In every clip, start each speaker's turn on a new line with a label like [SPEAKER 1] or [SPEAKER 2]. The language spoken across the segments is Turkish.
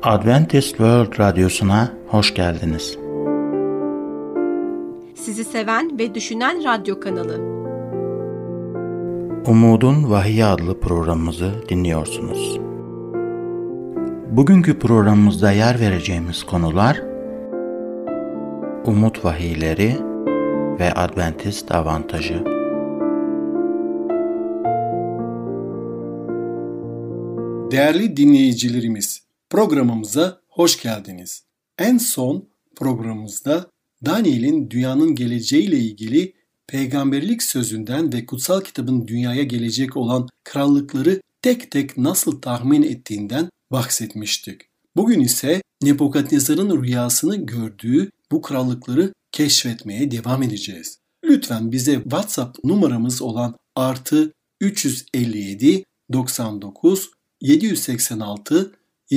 [SPEAKER 1] Adventist World Radyosu'na hoş geldiniz.
[SPEAKER 2] Sizi seven ve düşünen radyo kanalı.
[SPEAKER 1] Umudun Vahiy adlı programımızı dinliyorsunuz. Bugünkü programımızda yer vereceğimiz konular Umut Vahiyleri ve Adventist Avantajı.
[SPEAKER 3] Değerli dinleyicilerimiz, programımıza hoş geldiniz. En son programımızda Daniel'in dünyanın geleceğiyle ilgili peygamberlik sözünden ve kutsal kitabın dünyaya gelecek olan krallıkları tek tek nasıl tahmin ettiğinden bahsetmiştik. Bugün ise Nebukadnezar'ın rüyasını gördüğü bu krallıkları keşfetmeye devam edeceğiz. Lütfen bize WhatsApp numaramız olan +357 99 786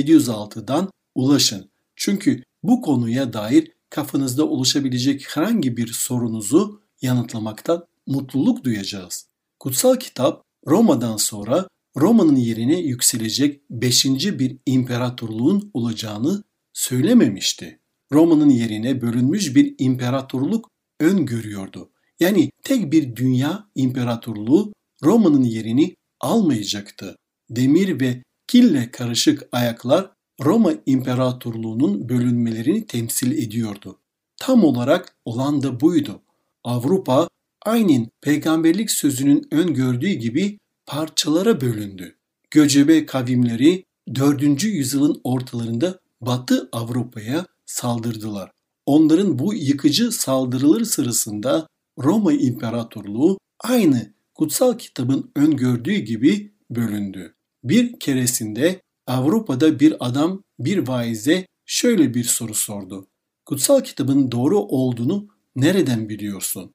[SPEAKER 3] 706'dan ulaşın. Çünkü bu konuya dair kafanızda oluşabilecek herhangi bir sorunuzu yanıtlamaktan mutluluk duyacağız. Kutsal kitap Roma'dan sonra Roma'nın yerine yükselecek 5. bir imparatorluğun olacağını söylememişti. Roma'nın yerine bölünmüş bir imparatorluk öngörüyordu. Yani tek bir dünya imparatorluğu Roma'nın yerini almayacaktı. Demir ve kille karışık ayaklar Roma İmparatorluğu'nun bölünmelerini temsil ediyordu. Tam olarak olan da buydu. Avrupa aynen peygamberlik sözünün öngördüğü gibi parçalara bölündü. Göcebe kavimleri 4. yüzyılın ortalarında Batı Avrupa'ya saldırdılar. Onların bu yıkıcı saldırıları sırasında Roma İmparatorluğu aynı kutsal kitabın öngördüğü gibi bölündü. Bir keresinde Avrupa'da bir adam bir vaize şöyle bir soru sordu. Kutsal kitabın doğru olduğunu nereden biliyorsun?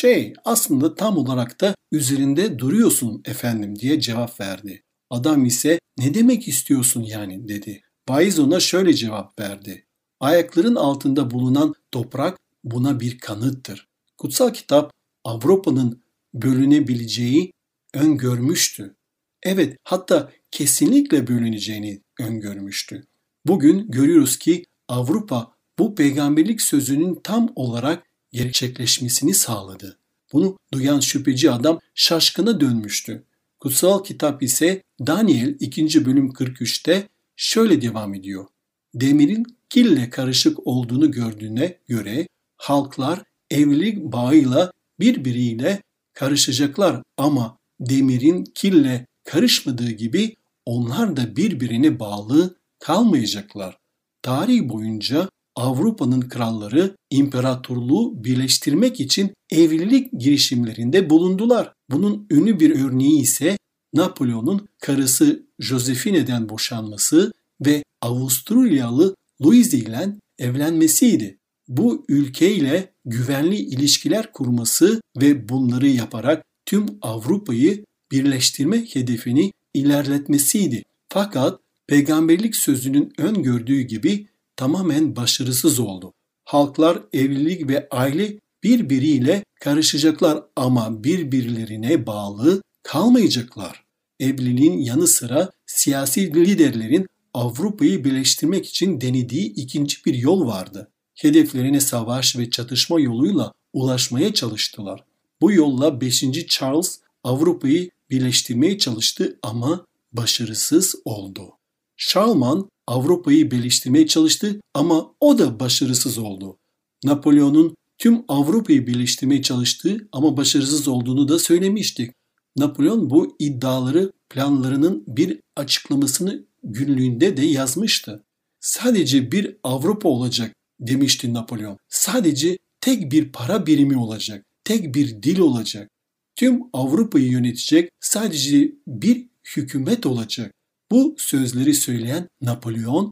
[SPEAKER 3] Aslında tam olarak da üzerinde duruyorsun efendim diye cevap verdi. Adam ise ne demek istiyorsun yani dedi. Vaiz ona şöyle cevap verdi. Ayakların altında bulunan toprak buna bir kanıttır. Kutsal kitap Avrupa'nın bölünebileceği öngörmüştü. Evet, hatta kesinlikle bölüneceğini öngörmüştü. Bugün görüyoruz ki Avrupa bu peygamberlik sözünün tam olarak gerçekleşmesini sağladı. Bunu duyan şüpheci adam şaşkına dönmüştü. Kutsal kitap ise Daniel 2. bölüm 43'te şöyle devam ediyor. Demirin kille karışık olduğunu gördüğüne göre halklar evlilik bağıyla birbiriyle karışacaklar ama demirin kille karışmadığı gibi onlar da birbirine bağlı kalmayacaklar. Tarih boyunca Avrupa'nın kralları imparatorluğu birleştirmek için evlilik girişimlerinde bulundular. Bunun ünlü bir örneği ise Napolyon'un karısı Josephine'den boşanması ve Avusturyalı Louise ile evlenmesiydi. Bu ülkeyle güvenli ilişkiler kurması ve bunları yaparak tüm Avrupa'yı birleştirme hedefini ilerletmesiydi. Fakat peygamberlik sözünün öngördüğü gibi tamamen başarısız oldu. Halklar evlilik ve aile birbiriyle karışacaklar ama birbirlerine bağlı kalmayacaklar. Evliliğin yanı sıra siyasi liderlerin Avrupa'yı birleştirmek için denediği ikinci bir yol vardı. Hedeflerine savaş ve çatışma yoluyla ulaşmaya çalıştılar. Bu yolla 5. Charles Avrupa'yı birleştirmeye çalıştı ama başarısız oldu. Şarlman Avrupa'yı birleştirmeye çalıştı ama o da başarısız oldu. Napolyon'un tüm Avrupa'yı birleştirmeye çalıştığı ama başarısız olduğunu da söylemiştik. Napolyon bu iddiaları planlarının bir açıklamasını günlüğünde de yazmıştı. Sadece bir Avrupa olacak demişti Napolyon. Sadece tek bir para birimi olacak, tek bir dil olacak. Tüm Avrupa'yı yönetecek sadece bir hükümet olacak. Bu sözleri söyleyen Napolyon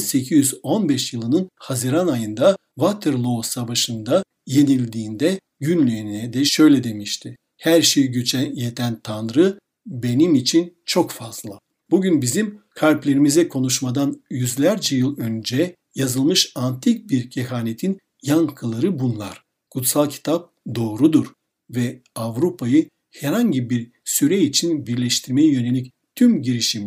[SPEAKER 3] 1815 yılının Haziran ayında Waterloo Savaşı'nda yenildiğinde günlüğüne de şöyle demişti. Her şeyi güce yeten Tanrı benim için çok fazla. Bugün bizim kalplerimize konuşmadan yüzlerce yıl önce yazılmış antik bir kehanetin yankıları bunlar. Kutsal kitap doğrudur ve Avrupa'yı herhangi bir süre için birleştirmeye yönelik tüm girişimler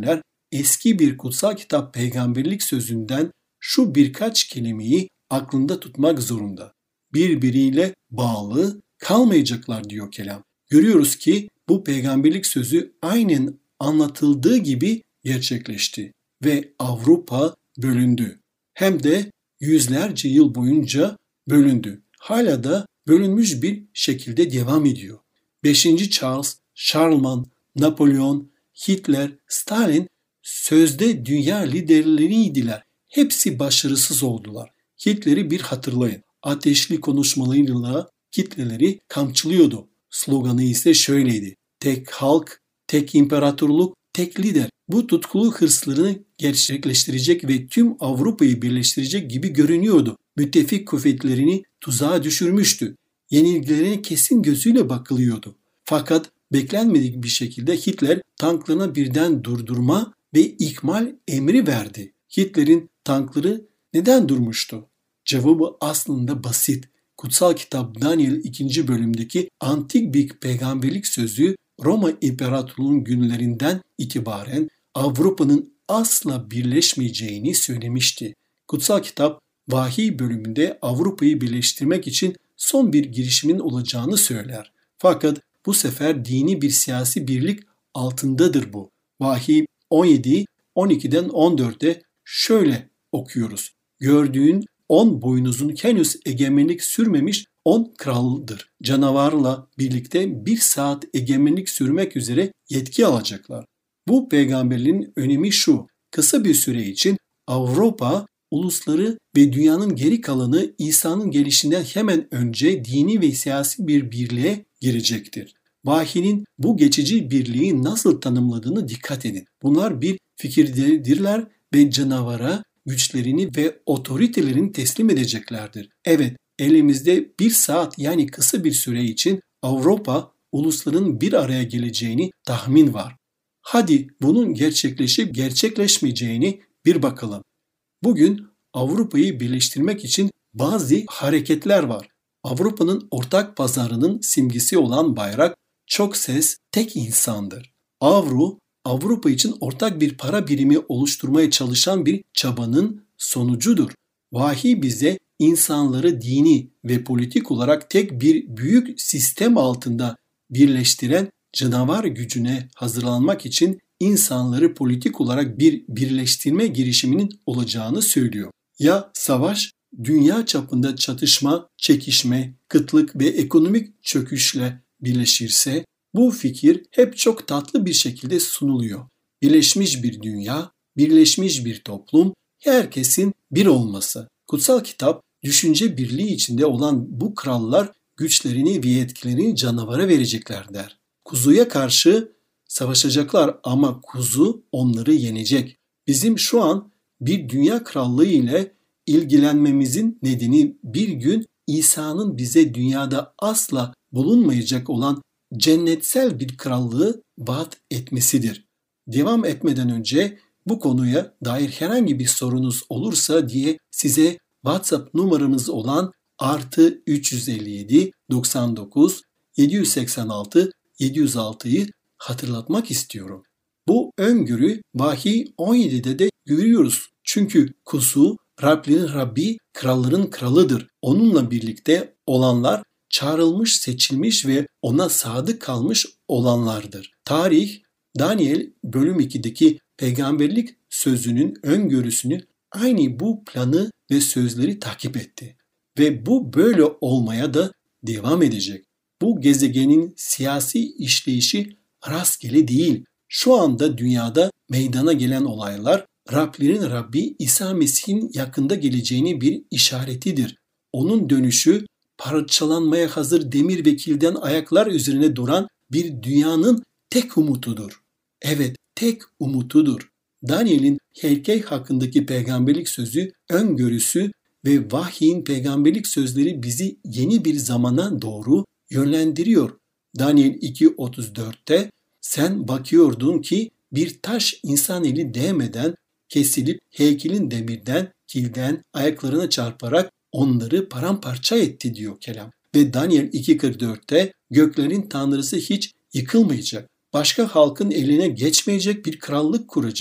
[SPEAKER 3] eski bir kutsal kitap peygamberlik sözünden şu birkaç kelimeyi aklında tutmak zorunda. Birbiriyle bağlı kalmayacaklar diyor kelam. Görüyoruz ki bu peygamberlik sözü aynen anlatıldığı gibi gerçekleşti ve Avrupa bölündü. Hem de yüzlerce yıl boyunca bölündü. Hala da bölünmüş bir şekilde devam ediyor. 5. Charles, Charlemagne, Napolyon, Hitler, Stalin sözde dünya liderleriydiler. Hepsi başarısız oldular. Hitler'i bir hatırlayın. Ateşli konuşmalarıyla kitleleri kamçılıyordu. Sloganı ise şöyleydi: tek halk, tek imparatorluk, tek lider. Bu tutkulu hırslarını gerçekleştirecek ve tüm Avrupa'yı birleştirecek gibi görünüyordu. Müttefik kuvvetlerini tuzağa düşürmüştü. Yenilgilerine kesin gözüyle bakılıyordu. Fakat beklenmedik bir şekilde Hitler tanklarına birden durdurma ve ikmal emri verdi. Hitler'in tankları neden durmuştu? Cevabı aslında basit. Kutsal kitap Daniel 2. bölümdeki antik bir peygamberlik sözü Roma İmparatorluğu'nun günlerinden itibaren Avrupa'nın asla birleşmeyeceğini söylemişti. Kutsal kitap Vahiy bölümünde Avrupa'yı birleştirmek için son bir girişimin olacağını söyler. Fakat bu sefer dini bir siyasi birlik altındadır bu. Vahiy 17, 12'den 14'e şöyle okuyoruz. Gördüğün 10 boynuzun henüz egemenlik sürmemiş 10 kraldır. Canavarla birlikte 1 saat egemenlik sürmek üzere yetki alacaklar. Bu peygamberliğin önemi şu: kısa bir süre için Avrupa ulusları ve dünyanın geri kalanı İsa'nın gelişinden hemen önce dini ve siyasi bir birliğe girecektir. Vahinin bu geçici birliği nasıl tanımladığını dikkat edin. Bunlar bir fikirdirler ve canavara güçlerini ve otoritelerini teslim edeceklerdir. Evet, elimizde 1 saat yani kısa bir süre için Avrupa ulusların bir araya geleceğini tahmin var. Hadi bunun gerçekleşip gerçekleşmeyeceğini bir bakalım. Bugün Avrupa'yı birleştirmek için bazı hareketler var. Avrupa'nın ortak pazarının simgesi olan bayrak çok ses, tek insandır. Avro, Avrupa için ortak bir para birimi oluşturmaya çalışan bir çabanın sonucudur. Vahiy bize insanları dini ve politik olarak tek bir büyük sistem altında birleştiren canavar gücüne hazırlanmak için insanları politik olarak bir birleştirme girişiminin olacağını söylüyor. Ya savaş, dünya çapında çatışma, çekişme, kıtlık ve ekonomik çöküşle birleşirse, bu fikir hep çok tatlı bir şekilde sunuluyor. Birleşmiş bir dünya, birleşmiş bir toplum, herkesin bir olması. Kutsal kitap, düşünce birliği içinde olan bu krallar güçlerini ve yetkilerini canavara verecekler der. Kuzuya karşı savaşacaklar ama kuzu onları yenecek. Bizim şu an bir dünya krallığı ile ilgilenmemizin nedeni bir gün İsa'nın bize dünyada asla bulunmayacak olan cennetsel bir krallığı vaat etmesidir. Devam etmeden önce bu konuya dair herhangi bir sorunuz olursa diye size WhatsApp numaramız olan +357 99 786 706'yı hatırlatmak istiyorum. Bu öngörü Vahiy 17'de de görüyoruz. Çünkü kuzu Rablerin Rabbi, kralların kralıdır. Onunla birlikte olanlar çağrılmış, seçilmiş ve ona sadık kalmış olanlardır. Tarih, Daniel bölüm 2'deki peygamberlik sözünün öngörüsünü aynı bu planı ve sözleri takip etti. Ve bu böyle olmaya da devam edecek. Bu gezegenin siyasi işleyişi rastgele değil. Şu anda dünyada meydana gelen olaylar Rablerin Rabbi İsa Mesih'in yakında geleceğini bir işaretidir. Onun dönüşü parçalanmaya hazır demir ve kilden ayaklar üzerine duran bir dünyanın tek umutudur. Evet, tek umutudur. Daniel'in heykel hakkındaki peygamberlik sözü, öngörüsü ve vahyin peygamberlik sözleri bizi yeni bir zamana doğru yönlendiriyor. Daniel 2.34'te sen bakıyordun ki bir taş insan eli değmeden kesilip heykelin demirden, kilden ayaklarına çarparak onları paramparça etti diyor kelam. Ve Daniel 2.44'te göklerin tanrısı hiç yıkılmayacak. Başka halkın eline geçmeyecek bir krallık kuracak.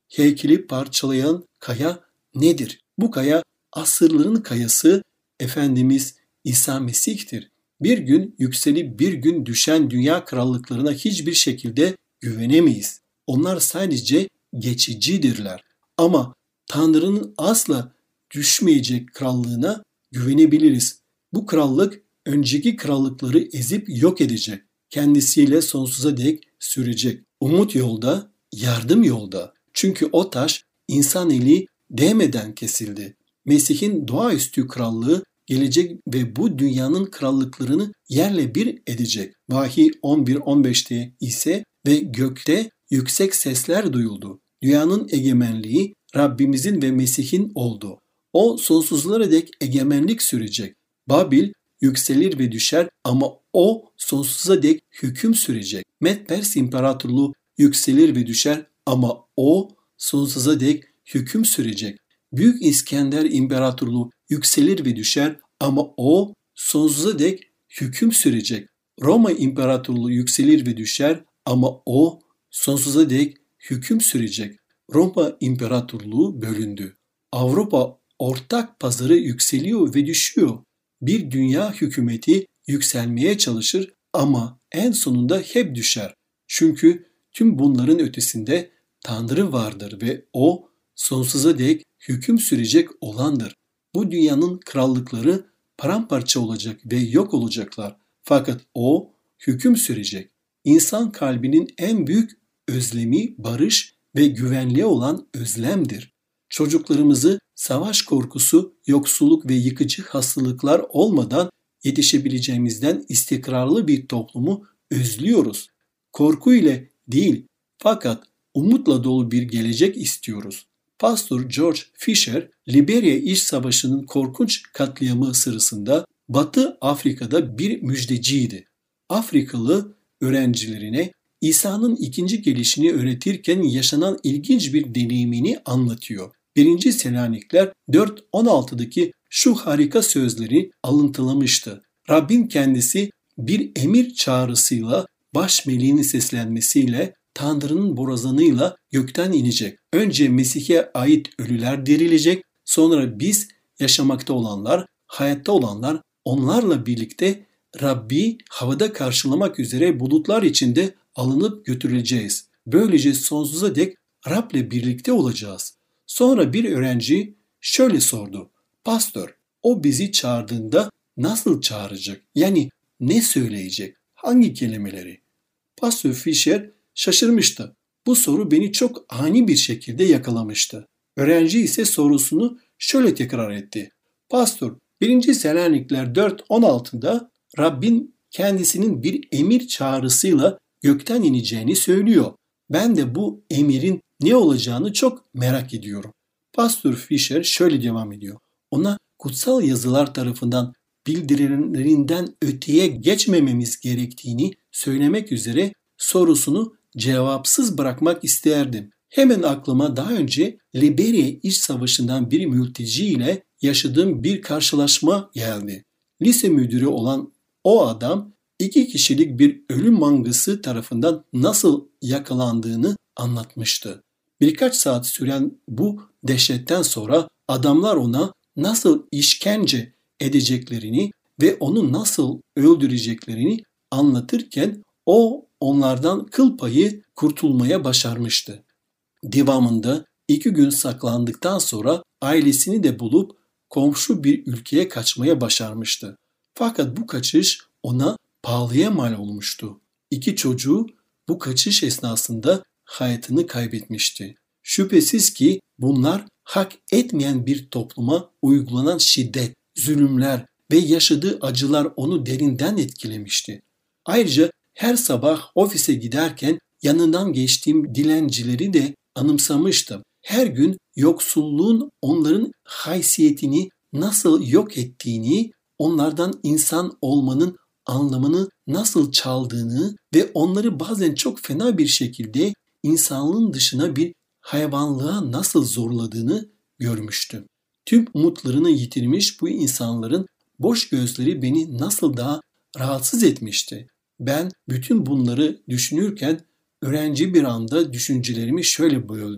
[SPEAKER 3] heykeli parçalayan kaya nedir? Bu kaya asırların kayası Efendimiz İsa Mesih'tir. Bir gün yükselip bir gün düşen dünya krallıklarına hiçbir şekilde güvenemeyiz. Onlar sadece geçicidirler. Ama Tanrı'nın asla düşmeyecek krallığına güvenebiliriz. Bu krallık önceki krallıkları ezip yok edecek. Kendisiyle sonsuza dek sürecek. Umut yolda, yardım yolda. Çünkü o taş insan eli değmeden kesildi. Mesih'in doğaüstü krallığı gelecek ve bu dünyanın krallıklarını yerle bir edecek. Vahiy 11-15'te ise ve gökte yüksek sesler duyuldu. Dünyanın egemenliği Rabbimizin ve Mesih'in oldu. O sonsuzlara dek egemenlik sürecek. Babil yükselir ve düşer ama o sonsuza dek hüküm sürecek. Med-Pers İmparatorluğu yükselir ve düşer ama o sonsuza dek hüküm sürecek. Büyük İskender İmparatorluğu yükselir ve düşer ama o sonsuza dek hüküm sürecek. Roma İmparatorluğu yükselir ve düşer ama o sonsuza dek hüküm sürecek. Roma İmparatorluğu bölündü. Avrupa ortak pazarı yükseliyor ve düşüyor. Bir dünya hükümeti yükselmeye çalışır ama en sonunda hep düşer. Çünkü tüm bunların ötesinde Tanrı vardır ve o sonsuza dek hüküm sürecek olandır. Bu dünyanın krallıkları paramparça olacak ve yok olacaklar. Fakat o hüküm sürecek. İnsan kalbinin en büyük özlemi barış ve güvenliğe olan özlemdir. Çocuklarımızı savaş korkusu, yoksulluk ve yıkıcı hastalıklar olmadan yetişebileceğimizden istikrarlı bir toplumu özlüyoruz. Korku ile değil fakat umutla dolu bir gelecek istiyoruz. Pastor George Fisher, Liberya İç Savaşı'nın korkunç katliamı sırasında Batı Afrika'da bir müjdeciydi. Afrikalı öğrencilerine İsa'nın ikinci gelişini öğretirken yaşanan ilginç bir deneyimini anlatıyor. 1. Selanikler 4:16'daki şu harika sözleri alıntılamıştı. Rabbin kendisi bir emir çağrısıyla, baş meleğinin seslenmesiyle, Tanrı'nın borazanıyla gökten inecek. Önce Mesih'e ait ölüler dirilecek, sonra biz yaşamakta olanlar, hayatta olanlar onlarla birlikte Rabbi havada karşılamak üzere bulutlar içinde alınıp götürüleceğiz. Böylece sonsuza dek Rab'le birlikte olacağız. Sonra bir öğrenci şöyle sordu. Pastor, o bizi çağırdığında nasıl çağıracak? Yani ne söyleyecek? Hangi kelimeleri? Pastor Fisher şaşırmıştı. Bu soru beni çok ani bir şekilde yakalamıştı. Öğrenci ise sorusunu şöyle tekrar etti. Pastor, 1. Selanikler 4:16'da Rabbin kendisinin bir emir çağrısıyla gökten ineceğini söylüyor. Ben de bu emirin ne olacağını çok merak ediyorum. Pastor Fisher şöyle devam ediyor. Ona kutsal yazılar tarafından bildirilerinden öteye geçmememiz gerektiğini söylemek üzere sorusunu cevapsız bırakmak isterdim. Hemen aklıma daha önce Liberya İç Savaşı'ndan bir mülteci ile yaşadığım bir karşılaşma geldi. Lise müdürü olan o adam 2 kişilik bir ölüm mangısı tarafından nasıl yakalandığını anlatmıştı. Birkaç saat süren bu dehşetten sonra adamlar ona nasıl işkence edeceklerini ve onu nasıl öldüreceklerini anlatırken o onlardan kıl payı kurtulmaya başarmıştı. Devamında 2 gün saklandıktan sonra ailesini de bulup komşu bir ülkeye kaçmaya başarmıştı. Fakat bu kaçış ona pahalıya mal olmuştu. 2 çocuğu bu kaçış esnasında hayatını kaybetmişti. Şüphesiz ki bunlar hak etmeyen bir topluma uygulanan şiddet, zulümler ve yaşadığı acılar onu derinden etkilemişti. Ayrıca her sabah ofise giderken yanından geçtiğim dilencileri de anımsamıştım. Her gün yoksulluğun onların haysiyetini nasıl yok ettiğini, onlardan insan olmanın anlamını nasıl çaldığını ve onları bazen çok fena bir şekilde insanlığın dışına bir hayvanlığa nasıl zorladığını görmüştüm. Tüm umutlarını yitirmiş bu insanların boş gözleri beni nasıl daha rahatsız etmişti. Ben bütün bunları düşünürken öğrenci bir anda düşüncelerimi şöyle böldü.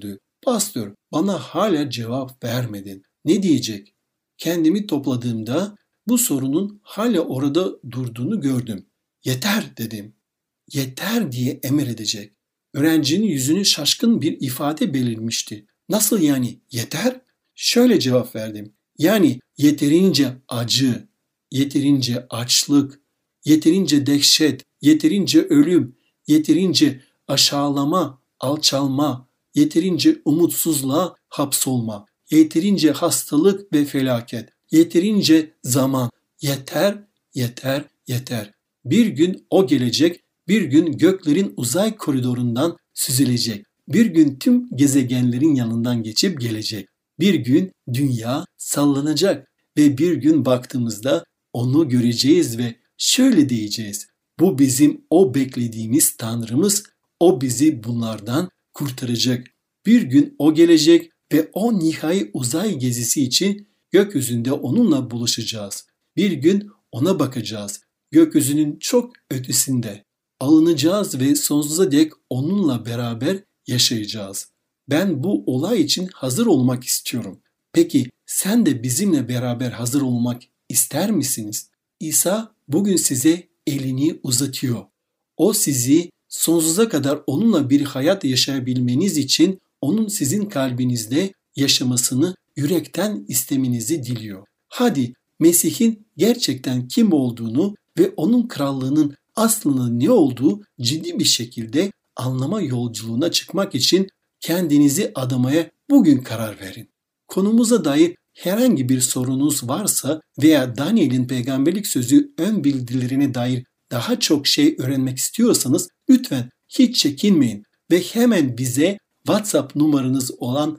[SPEAKER 3] Pastör, bana hala cevap vermedin. Ne diyecek? Kendimi topladığımda bu sorunun hala orada durduğunu gördüm. Yeter dedim. Yeter diye emredecek. Öğrencinin yüzüne şaşkın bir ifade belirmişti. Nasıl yani yeter? Şöyle cevap verdim. Yani yeterince acı, yeterince açlık, yeterince dehşet, yeterince ölüm, yeterince aşağılama, alçalma, yeterince umutsuzluğa hapsolma, yeterince hastalık ve felaket, yeterince zaman. Yeter, yeter, yeter. Bir gün o gelecek, bir gün göklerin uzay koridorundan süzülecek. Bir gün tüm gezegenlerin yanından geçip gelecek. Bir gün dünya sallanacak ve bir gün baktığımızda onu göreceğiz ve şöyle diyeceğiz. Bu bizim o beklediğimiz Tanrımız, o bizi bunlardan kurtaracak. Bir gün o gelecek ve o nihai uzay gezisi için gökyüzünde onunla buluşacağız. Bir gün ona bakacağız. Gökyüzünün çok ötesinde alınacağız ve sonsuza dek onunla beraber yaşayacağız. Ben bu olay için hazır olmak istiyorum. Peki sen de bizimle beraber hazır olmak ister misiniz? İsa bugün size elini uzatıyor. O sizi sonsuza kadar onunla bir hayat yaşayabilmeniz için onun sizin kalbinizde yaşamasını yürekten istemenizi diliyor. Hadi Mesih'in gerçekten kim olduğunu ve onun krallığının aslında ne olduğu ciddi bir şekilde anlama yolculuğuna çıkmak için kendinizi adamaya bugün karar verin. Konumuza dair herhangi bir sorunuz varsa veya Daniel'in peygamberlik sözü ön bildilerine dair daha çok şey öğrenmek istiyorsanız lütfen hiç çekinmeyin ve hemen bize WhatsApp numaranız olan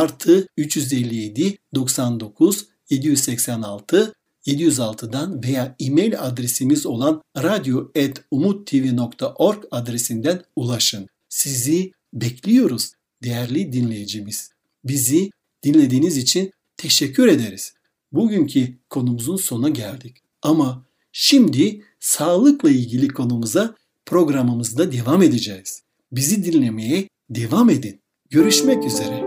[SPEAKER 3] +357 99 786 706'dan veya e-mail adresimiz olan radyo@umuttv.org adresinden ulaşın. Sizi bekliyoruz değerli dinleyicimiz. Bizi dinlediğiniz için teşekkür ederiz. Bugünkü konumuzun sonuna geldik. Ama şimdi sağlıkla ilgili konumuza programımızda devam edeceğiz. Bizi dinlemeye devam edin. Görüşmek üzere.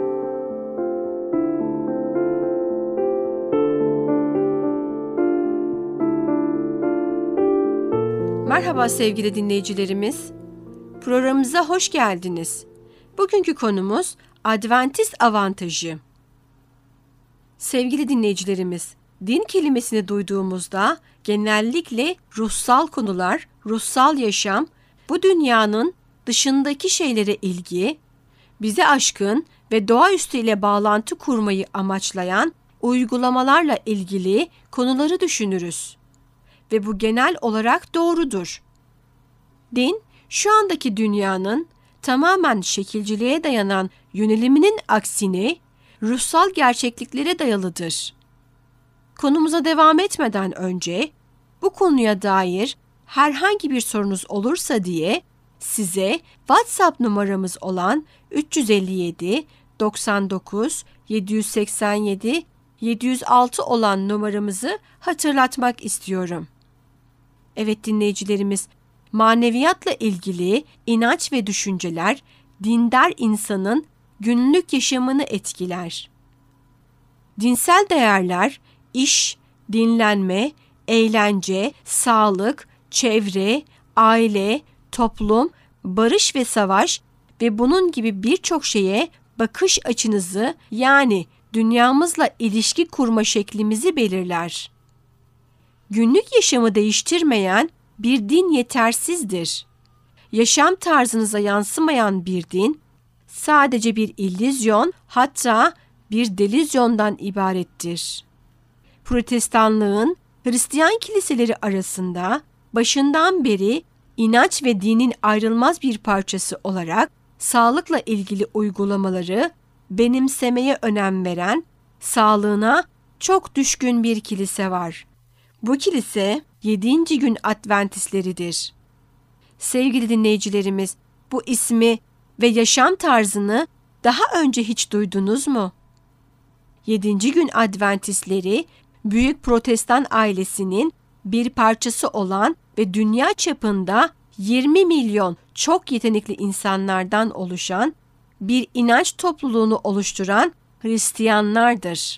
[SPEAKER 2] Merhaba sevgili dinleyicilerimiz. Programımıza hoş geldiniz. Bugünkü konumuz Adventist avantajı. Sevgili dinleyicilerimiz, din kelimesini duyduğumuzda genellikle ruhsal konular, ruhsal yaşam, bu dünyanın dışındaki şeylere ilgi, bize aşkın ve doğaüstü ile bağlantı kurmayı amaçlayan uygulamalarla ilgili konuları düşünürüz. Ve bu genel olarak doğrudur. Din, şu andaki dünyanın tamamen şekilciliğe dayanan yöneliminin aksine ruhsal gerçekliklere dayalıdır. Konumuza devam etmeden önce bu konuya dair herhangi bir sorunuz olursa diye size WhatsApp numaramız olan 357 99 787 706 olan numaramızı hatırlatmak istiyorum. Evet dinleyicilerimiz, maneviyatla ilgili inanç ve düşünceler dindar insanın günlük yaşamını etkiler. Dinsel değerler, iş, dinlenme, eğlence, sağlık, çevre, aile, toplum, barış ve savaş ve bunun gibi birçok şeye bakış açınızı yani dünyamızla ilişki kurma şeklimizi belirler. Günlük yaşamı değiştirmeyen bir din yetersizdir. Yaşam tarzınıza yansımayan bir din, sadece bir illüzyon hatta bir delüzyondan ibarettir. Protestanlığın Hristiyan kiliseleri arasında başından beri inanç ve dinin ayrılmaz bir parçası olarak sağlıkla ilgili uygulamaları benimsemeye önem veren, sağlığına çok düşkün bir kilise var. Bu kilise 7. gün Adventistleridir. Sevgili dinleyicilerimiz, bu ismi ve yaşam tarzını daha önce hiç duydunuz mu? 7. gün Adventistleri, büyük Protestan ailesinin bir parçası olan ve dünya çapında 20 milyon çok yetenekli insanlardan oluşan bir inanç topluluğunu oluşturan Hristiyanlardır.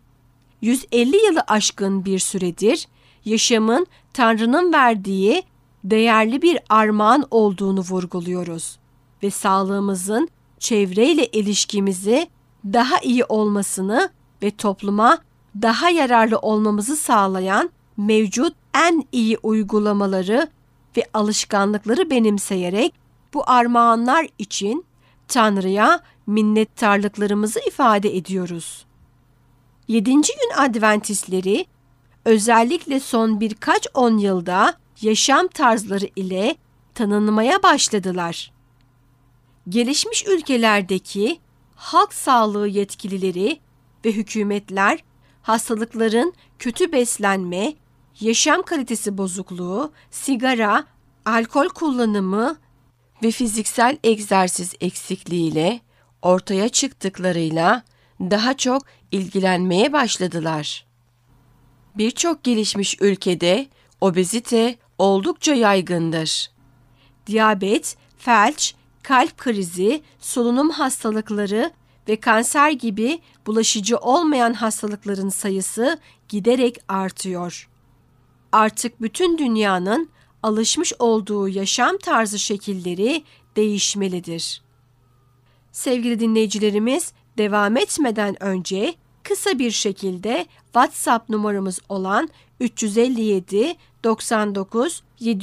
[SPEAKER 2] 150 yılı aşkın bir süredir yaşamın Tanrı'nın verdiği değerli bir armağan olduğunu vurguluyoruz ve sağlığımızın çevreyle ilişkimizi daha iyi olmasını ve topluma daha yararlı olmamızı sağlayan mevcut en iyi uygulamaları ve alışkanlıkları benimseyerek bu armağanlar için Tanrı'ya minnettarlıklarımızı ifade ediyoruz. 7. gün Adventistleri özellikle son birkaç on yılda yaşam tarzları ile tanınmaya başladılar. Gelişmiş ülkelerdeki halk sağlığı yetkilileri ve hükümetler hastalıkların kötü beslenme, yaşam kalitesi bozukluğu, sigara, alkol kullanımı ve fiziksel egzersiz eksikliğiyle ortaya çıktıklarıyla daha çok ilgilenmeye başladılar. Birçok gelişmiş ülkede obezite oldukça yaygındır. Diyabet, felç, kalp krizi, solunum hastalıkları ve kanser gibi bulaşıcı olmayan hastalıkların sayısı giderek artıyor. Artık bütün dünyanın alışmış olduğu yaşam tarzı şekilleri değişmelidir. Sevgili dinleyicilerimiz, devam etmeden önce kısa bir şekilde WhatsApp numaramız olan 357 99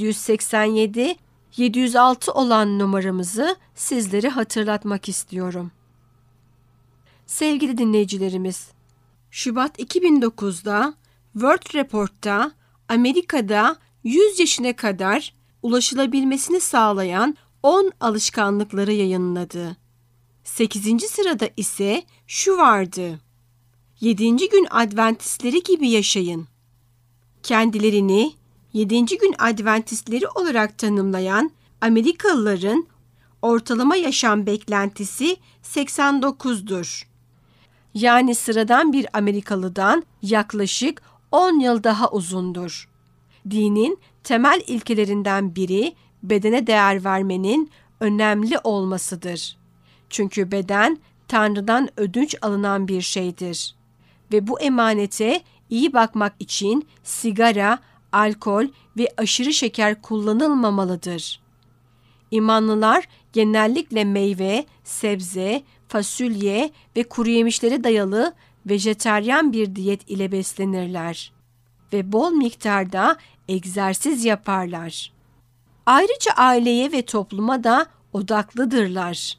[SPEAKER 2] 787 706 olan numaramızı sizlere hatırlatmak istiyorum. Sevgili dinleyicilerimiz, Şubat 2009'da World Report'ta Amerika'da 100 yaşına kadar ulaşılabilmesini sağlayan 10 alışkanlıkları yayınladı. 8. sırada ise şu vardı: 7. gün Adventistleri gibi yaşayın. Kendilerini 7. gün Adventistleri olarak tanımlayan Amerikalıların ortalama yaşam beklentisi 89'dur. Yani sıradan bir Amerikalıdan yaklaşık 10 yıl daha uzundur. Dinin temel ilkelerinden biri bedene değer vermenin önemli olmasıdır. Çünkü beden Tanrı'dan ödünç alınan bir şeydir. Ve bu emanete iyi bakmak için sigara, alkol ve aşırı şeker kullanılmamalıdır. İmanlılar genellikle meyve, sebze, fasulye ve kuru yemişlere dayalı vejetaryen bir diyet ile beslenirler ve bol miktarda egzersiz yaparlar. Ayrıca aileye ve topluma da odaklıdırlar.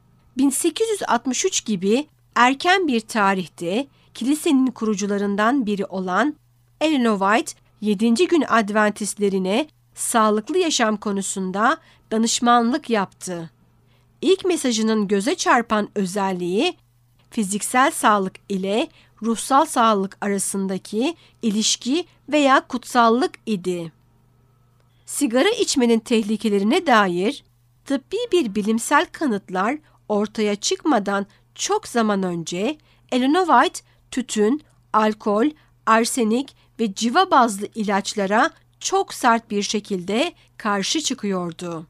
[SPEAKER 2] 1863 gibi erken bir tarihte kilisenin kurucularından biri olan Ellen White, 7. gün Adventistlerine sağlıklı yaşam konusunda danışmanlık yaptı. İlk mesajının göze çarpan özelliği, fiziksel sağlık ile ruhsal sağlık arasındaki ilişki veya kutsallık idi. Sigara içmenin tehlikelerine dair tıbbi bir bilimsel kanıtlar ortaya çıkmadan çok zaman önce Ellen White, tütün, alkol, arsenik ve civa bazlı ilaçlara çok sert bir şekilde karşı çıkıyordu.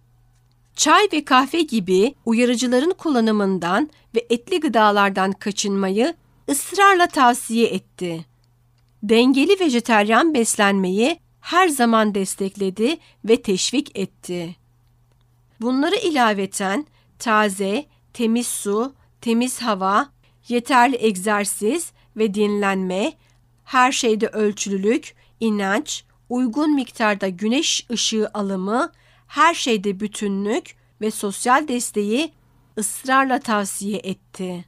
[SPEAKER 2] Çay ve kahve gibi uyarıcıların kullanımından ve etli gıdalardan kaçınmayı ısrarla tavsiye etti. Dengeli vejetaryen beslenmeyi her zaman destekledi ve teşvik etti. Bunları ilaveten taze, temiz su, temiz hava, yeterli egzersiz ve dinlenme, her şeyde ölçülülük, inanç, uygun miktarda güneş ışığı alımı, her şeyde bütünlük ve sosyal desteği ısrarla tavsiye etti.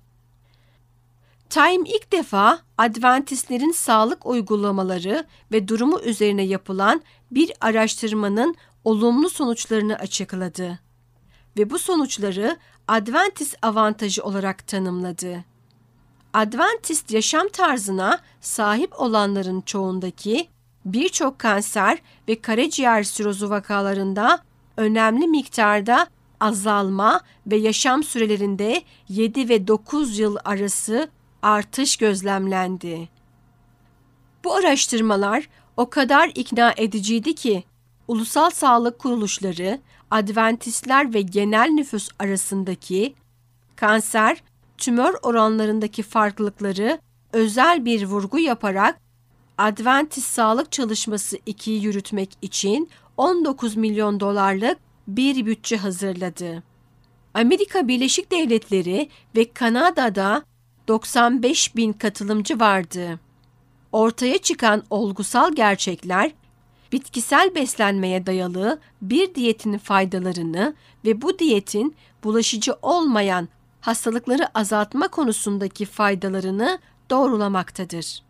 [SPEAKER 2] Time ilk defa Adventistlerin sağlık uygulamaları ve durumu üzerine yapılan bir araştırmanın olumlu sonuçlarını açıkladı ve bu sonuçları Adventist avantajı olarak tanımladı. Adventist yaşam tarzına sahip olanların çoğundaki birçok kanser ve karaciğer sirozu vakalarında önemli miktarda azalma ve yaşam sürelerinde 7 ve 9 yıl arası artış gözlemlendi. Bu araştırmalar o kadar ikna ediciydi ki ulusal sağlık kuruluşları Adventistler ve genel nüfus arasındaki Kanser, tümör oranlarındaki farklılıkları özel bir vurgu yaparak Adventist Sağlık Çalışması 2'yi yürütmek için 19 milyon dolarlık bir bütçe hazırladı. Amerika Birleşik Devletleri ve Kanada'da 95 bin katılımcı vardı. Ortaya çıkan olgusal gerçekler, bitkisel beslenmeye dayalı bir diyetin faydalarını ve bu diyetin bulaşıcı olmayan hastalıkları azaltma konusundaki faydalarını doğrulamaktadır.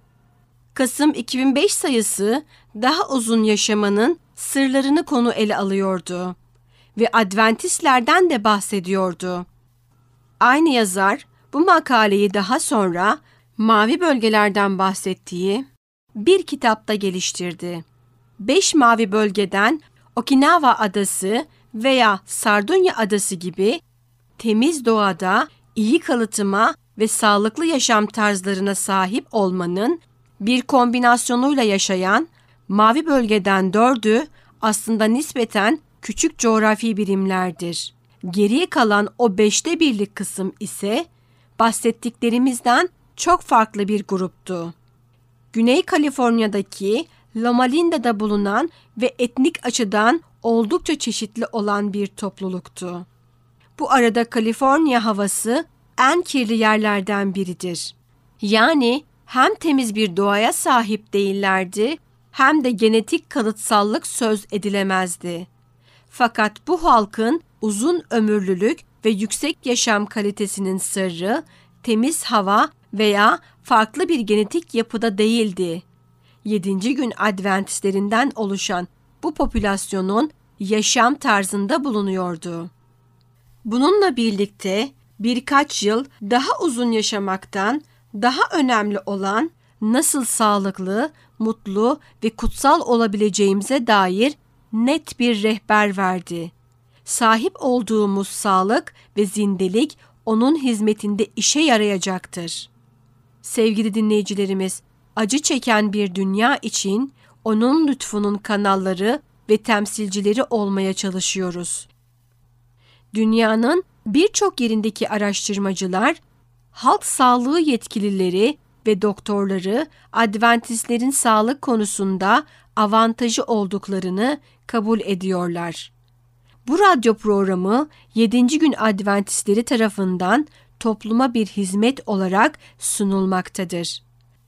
[SPEAKER 2] Kasım 2005 sayısı daha uzun yaşamanın sırlarını konu ele alıyordu ve Adventistlerden de bahsediyordu. Aynı yazar bu makaleyi daha sonra mavi bölgelerden bahsettiği bir kitapta geliştirdi. 5 mavi bölgeden Okinawa Adası veya Sardunya Adası gibi temiz doğada iyi kalıtıma ve sağlıklı yaşam tarzlarına sahip olmanın bir kombinasyonuyla yaşayan mavi bölgeden 4'ü aslında nispeten küçük coğrafi birimlerdir. Geriye kalan o 5'te 1'lik kısım ise bahsettiklerimizden çok farklı bir gruptu. Güney Kaliforniya'daki Loma Linda'da bulunan ve etnik açıdan oldukça çeşitli olan bir topluluktu. Bu arada Kaliforniya havası en kirli yerlerden biridir. Yani hem temiz bir doğaya sahip değillerdi hem de genetik kalıtsallık söz edilemezdi. Fakat bu halkın uzun ömürlülük ve yüksek yaşam kalitesinin sırrı temiz hava veya farklı bir genetik yapıda değildi. 7. gün Adventistlerinden oluşan bu popülasyonun yaşam tarzında bulunuyordu. Bununla birlikte birkaç yıl daha uzun yaşamaktan daha önemli olan nasıl sağlıklı, mutlu ve kutsal olabileceğimize dair net bir rehber verdi. Sahip olduğumuz sağlık ve zindelik onun hizmetinde işe yarayacaktır. Sevgili dinleyicilerimiz, acı çeken bir dünya için onun lütfunun kanalları ve temsilcileri olmaya çalışıyoruz. Dünyanın birçok yerindeki araştırmacılar, halk sağlığı yetkilileri ve doktorları Adventistlerin sağlık konusunda avantajı olduklarını kabul ediyorlar. Bu radyo programı 7. gün Adventistleri tarafından topluma bir hizmet olarak sunulmaktadır.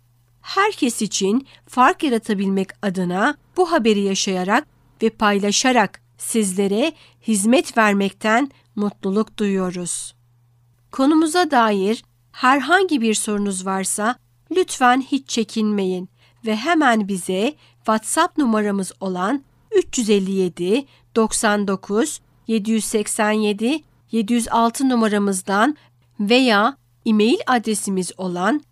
[SPEAKER 2] Herkes için fark yaratabilmek adına bu haberi yaşayarak ve paylaşarak sizlere hizmet vermekten mutluluk duyuyoruz. Konumuza dair herhangi bir sorunuz varsa lütfen hiç çekinmeyin ve hemen bize WhatsApp numaramız olan 357 99 787 706 numaramızdan veya e-mail adresimiz olan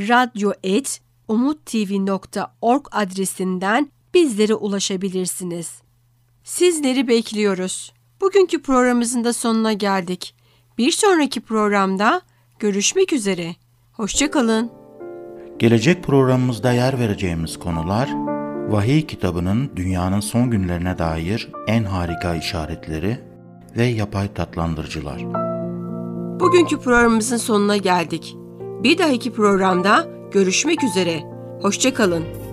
[SPEAKER 2] radyo@umuttv.org adresinden bizlere ulaşabilirsiniz. Sizleri bekliyoruz. Bugünkü programımızın da sonuna geldik. Bir sonraki programda görüşmek üzere. Hoşça kalın.
[SPEAKER 1] Gelecek programımızda yer vereceğimiz konular, Vahiy kitabının dünyanın son günlerine dair en harika işaretleri ve yapay tatlandırıcılar.
[SPEAKER 2] Bugünkü programımızın sonuna geldik. Bir dahaki programda görüşmek üzere. Hoşça kalın.